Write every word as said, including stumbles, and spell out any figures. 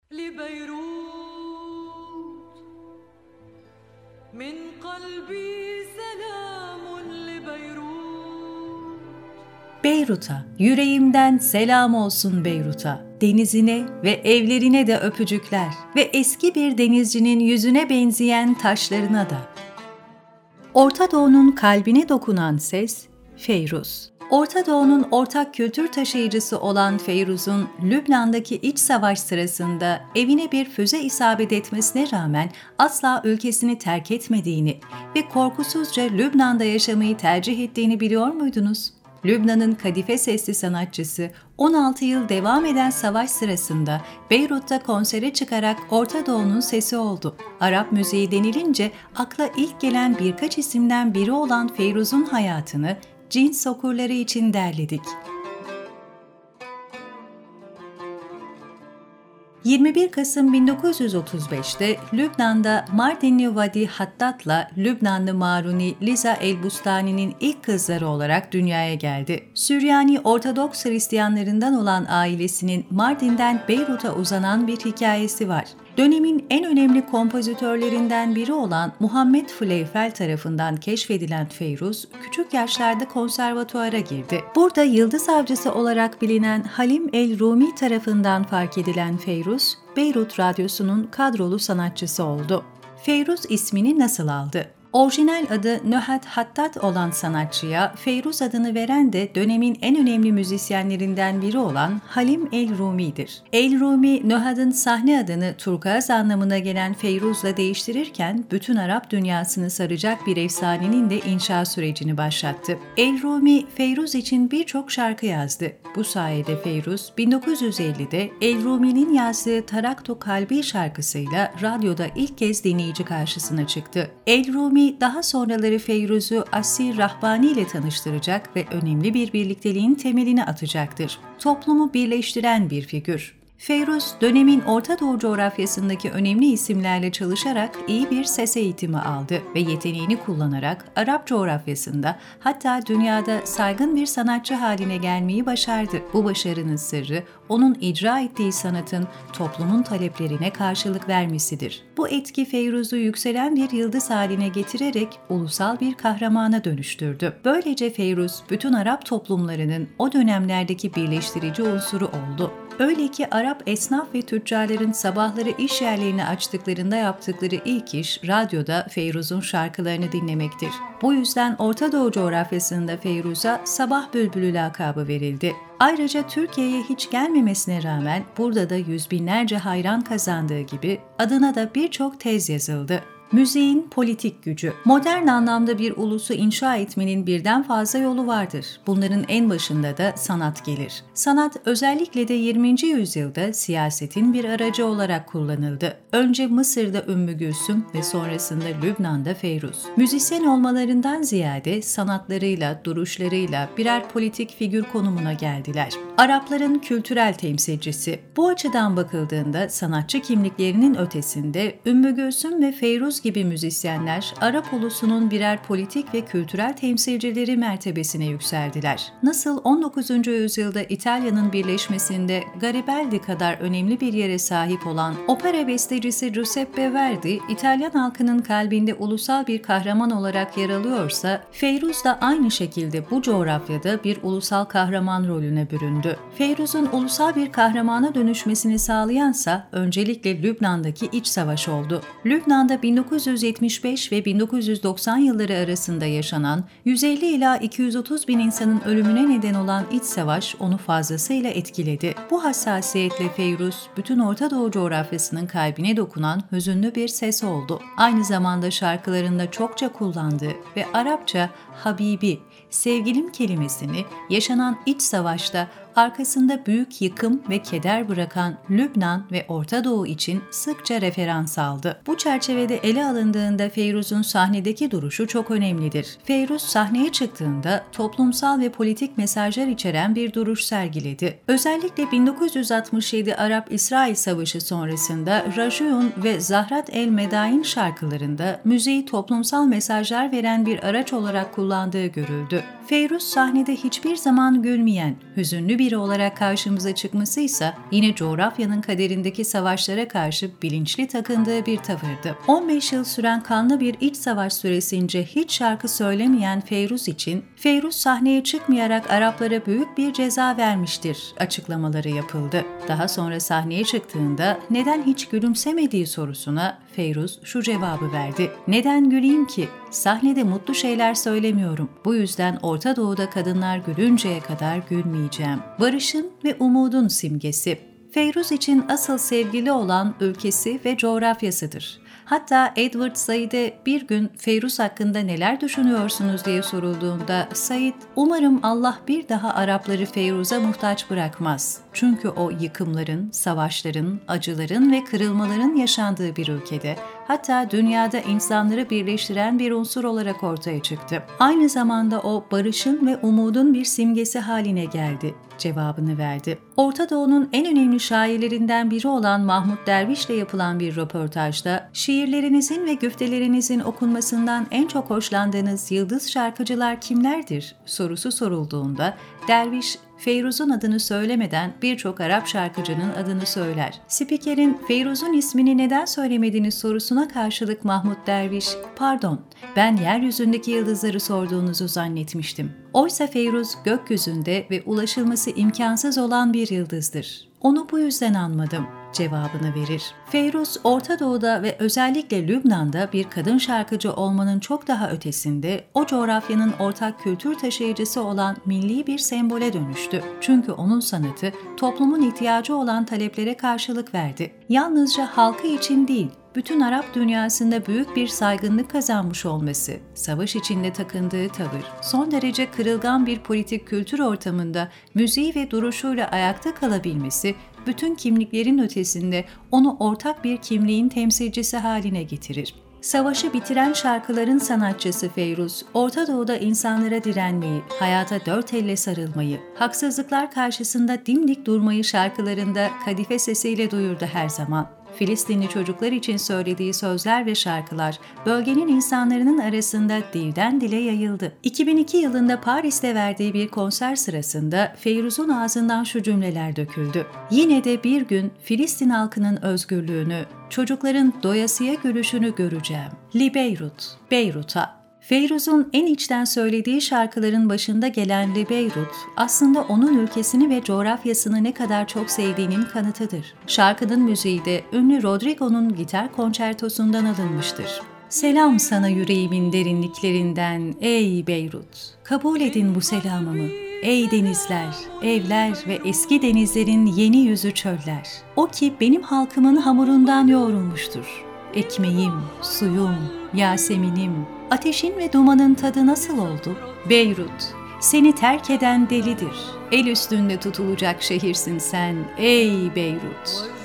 لبيروت من قلبي سلام لبيروت. Beyrut'a, yüreğimden selam olsun Beyrut'a. Denizine ve evlerine de öpücükler ve eski bir denizcinin yüzüne benzeyen taşlarına da. Orta Doğu'nun kalbine dokunan ses, Feyruz. Orta Doğu'nun ortak kültür taşıyıcısı olan Feyruz'un Lübnan'daki iç savaş sırasında evine bir füze isabet etmesine rağmen asla ülkesini terk etmediğini ve korkusuzca Lübnan'da yaşamayı tercih ettiğini biliyor muydunuz? Lübnan'ın kadife sesli sanatçısı on altı yıl devam eden savaş sırasında Beyrut'ta konsere çıkarak Orta Doğu'nun sesi oldu. Arap müziği denilince akla ilk gelen birkaç isimden biri olan Feyruz'un hayatını cins okurları için derledik. yirmi bir Kasım bin dokuz yüz otuz beş'te Lübnan'da Mardinli Vadi Hattat'la Lübnanlı Maruni Liza el-Bustani'nin ilk kızları olarak dünyaya geldi. Süryani Ortodoks Hristiyanlarından olan ailesinin Mardin'den Beyrut'a uzanan bir hikayesi var. Dönemin en önemli kompozitörlerinden biri olan Muhammed Fleifel tarafından keşfedilen Feyruz, küçük yaşlarda konservatuvara girdi. Burada yıldız avcısı olarak bilinen Halim el-Rumi tarafından fark edilen Feyruz, Beyrut Radyosu'nun kadrolu sanatçısı oldu. Feyruz ismini nasıl aldı? Orijinal adı Nöhat Hattat olan sanatçıya Feyruz adını veren de dönemin en önemli müzisyenlerinden biri olan Halim el-Rumi'dir. El-Rumi, Nöhat'ın sahne adını turkuaz anlamına gelen Feyruz'la değiştirirken bütün Arap dünyasını saracak bir efsanenin de inşa sürecini başlattı. El-Rumi, Feyruz için birçok şarkı yazdı. Bu sayede Feyruz, bin dokuz yüz elli'de El-Rumi'nin yazdığı Taraktu Kalbi şarkısıyla radyoda ilk kez dinleyici karşısına çıktı. El-Rumi daha sonraları Feyruz'u Asir Rahbani ile tanıştıracak ve önemli bir birlikteliğin temelini atacaktır. Toplumu birleştiren bir figür. Feyruz, dönemin Orta Doğu coğrafyasındaki önemli isimlerle çalışarak iyi bir ses eğitimi aldı ve yeteneğini kullanarak Arap coğrafyasında hatta dünyada saygın bir sanatçı haline gelmeyi başardı. Bu başarının sırrı onun icra ettiği sanatın toplumun taleplerine karşılık vermesidir. Bu etki Feyruz'u yükselen bir yıldız haline getirerek ulusal bir kahramana dönüştürdü. Böylece Feyruz, bütün Arap toplumlarının o dönemlerdeki birleştirici unsuru oldu. Öyle ki Arap esnaf ve tüccarların sabahları iş yerlerini açtıklarında yaptıkları ilk iş radyoda Feyruz'un şarkılarını dinlemektir. Bu yüzden Orta Doğu coğrafyasında Feyruz'a Sabah Bülbülü lakabı verildi. Ayrıca Türkiye'ye hiç gelmemesine rağmen burada da yüz binlerce hayran kazandığı gibi adına da birçok tez yazıldı. Müziğin politik gücü. Modern anlamda bir ulusu inşa etmenin birden fazla yolu vardır. Bunların en başında da sanat gelir. Sanat özellikle de yirminci yüzyılda siyasetin bir aracı olarak kullanıldı. Önce Mısır'da Ümmü Gülsüm ve sonrasında Lübnan'da Feyruz. Müzisyen olmalarından ziyade sanatlarıyla, duruşlarıyla birer politik figür konumuna geldiler. Arapların kültürel temsilcisi. Bu açıdan bakıldığında sanatçı kimliklerinin ötesinde Ümmü Gülsüm ve Feyruz gibi müzisyenler Arap ulusunun birer politik ve kültürel temsilcileri mertebesine yükseldiler. Nasıl on dokuzuncu yüzyılda İtalya'nın birleşmesinde Garibaldi kadar önemli bir yere sahip olan opera bestecisi Giuseppe Verdi, İtalyan halkının kalbinde ulusal bir kahraman olarak yer alıyorsa, Feyruz da aynı şekilde bu coğrafyada bir ulusal kahraman rolüne büründü. Feyruz'un ulusal bir kahramana dönüşmesini sağlayansa öncelikle Lübnan'daki iç savaş oldu. Lübnan'da bin dokuz yüz yetmiş beş ve bin dokuz yüz doksan yılları arasında yaşanan yüz elli ila iki yüz otuz bin insanın ölümüne neden olan iç savaş onu fazlasıyla etkiledi. Bu hassasiyetle Feyruz, bütün Orta Doğu coğrafyasının kalbine dokunan hüzünlü bir ses oldu. Aynı zamanda şarkılarında çokça kullandığı ve Arapça Habibi, sevgilim kelimesini yaşanan iç savaşta arkasında büyük yıkım ve keder bırakan Lübnan ve Orta Doğu için sıkça referans aldı. Bu çerçevede ele alındığında Feyruz'un sahnedeki duruşu çok önemlidir. Feyruz sahneye çıktığında toplumsal ve politik mesajlar içeren bir duruş sergiledi. Özellikle bin dokuz yüz altmış yedi Arap-İsrail Savaşı sonrasında Rajun ve Zahrat el-Medain şarkılarında müziği toplumsal mesajlar veren bir araç olarak kullandığı görüldü. Feyruz sahnede hiçbir zaman gülmeyen, hüzünlü biri olarak karşımıza çıkması ise yine coğrafyanın kaderindeki savaşlara karşı bilinçli takındığı bir tavırdı. on beş yıl süren kanlı bir iç savaş süresince hiç şarkı söylemeyen Feyruz için, Feyruz sahneye çıkmayarak Araplara büyük bir ceza vermiştir açıklamaları yapıldı. Daha sonra sahneye çıktığında neden hiç gülümsemediği sorusuna Feyruz şu cevabı verdi: "Neden güleyim ki? Sahnede mutlu şeyler söylemiyorum. Bu yüzden Orta Doğu'da kadınlar gülünceye kadar gülmeyeceğim." Barışın ve umudun simgesi. Feyruz için asıl sevgili olan ülkesi ve coğrafyasıdır. Hatta Edward Said'e bir gün Feyruz hakkında neler düşünüyorsunuz diye sorulduğunda Said, "Umarım Allah bir daha Arapları Feyruz'a muhtaç bırakmaz. Çünkü o yıkımların, savaşların, acıların ve kırılmaların yaşandığı bir ülkede, hatta dünyada insanları birleştiren bir unsur olarak ortaya çıktı. Aynı zamanda o barışın ve umudun bir simgesi haline geldi." cevabını verdi. Orta Doğu'nun en önemli şairlerinden biri olan Mahmud Derviş'le yapılan bir röportajda, "Şiirlerinizin ve güftelerinizin okunmasından en çok hoşlandığınız yıldız şarkıcılar kimlerdir?" sorusu sorulduğunda Derviş, Feyruz'un adını söylemeden birçok Arap şarkıcının adını söyler. Spikerin Feyruz'un ismini neden söylemediğiniz sorusuna karşılık Mahmud Derviş, "Pardon, ben yeryüzündeki yıldızları sorduğunuzu zannetmiştim. Oysa Feyruz gökyüzünde ve ulaşılması imkansız olan bir yıldızdır. Onu bu yüzden anmadım." cevabını verir. Feyruz, Orta Doğu'da ve özellikle Lübnan'da bir kadın şarkıcı olmanın çok daha ötesinde o coğrafyanın ortak kültür taşıyıcısı olan milli bir sembole dönüştü. Çünkü onun sanatı toplumun ihtiyacı olan taleplere karşılık verdi. Yalnızca halkı için değil, bütün Arap dünyasında büyük bir saygınlık kazanmış olması, savaş içinde takındığı tavır, son derece kırılgan bir politik kültür ortamında müziği ve duruşuyla ayakta kalabilmesi, bütün kimliklerin ötesinde onu ortak bir kimliğin temsilcisi haline getirir. Savaşı bitiren şarkıların sanatçısı Feyruz, Orta Doğu'da insanlara direnmeyi, hayata dört elle sarılmayı, haksızlıklar karşısında dimdik durmayı şarkılarında kadife sesiyle duyurdu her zaman. Filistinli çocuklar için söylediği sözler ve şarkılar bölgenin insanların arasında dilden dile yayıldı. iki bin iki yılında Paris'te verdiği bir konser sırasında Feyruz'un ağzından şu cümleler döküldü: "Yine de bir gün Filistin halkının özgürlüğünü, çocukların doyasıya gülüşünü göreceğim. Li Beyrut, Beyrut'a." Feyruz'un en içten söylediği şarkıların başında gelen Li Beyrut, aslında onun ülkesini ve coğrafyasını ne kadar çok sevdiğinin kanıtıdır. Şarkının müziği de ünlü Rodrigo'nun gitar konçertosundan alınmıştır. "Selam sana yüreğimin derinliklerinden ey Beyrut. Kabul edin bu selamımı. Ey denizler, evler ve eski denizlerin yeni yüzü çöller. O ki benim halkımın hamurundan yoğrulmuştur. Ekmeğim, suyum, Yaseminim, ateşin ve dumanın tadı nasıl oldu? Beyrut, seni terk eden delidir. El üstünde tutulacak şehirsin sen ey Beyrut."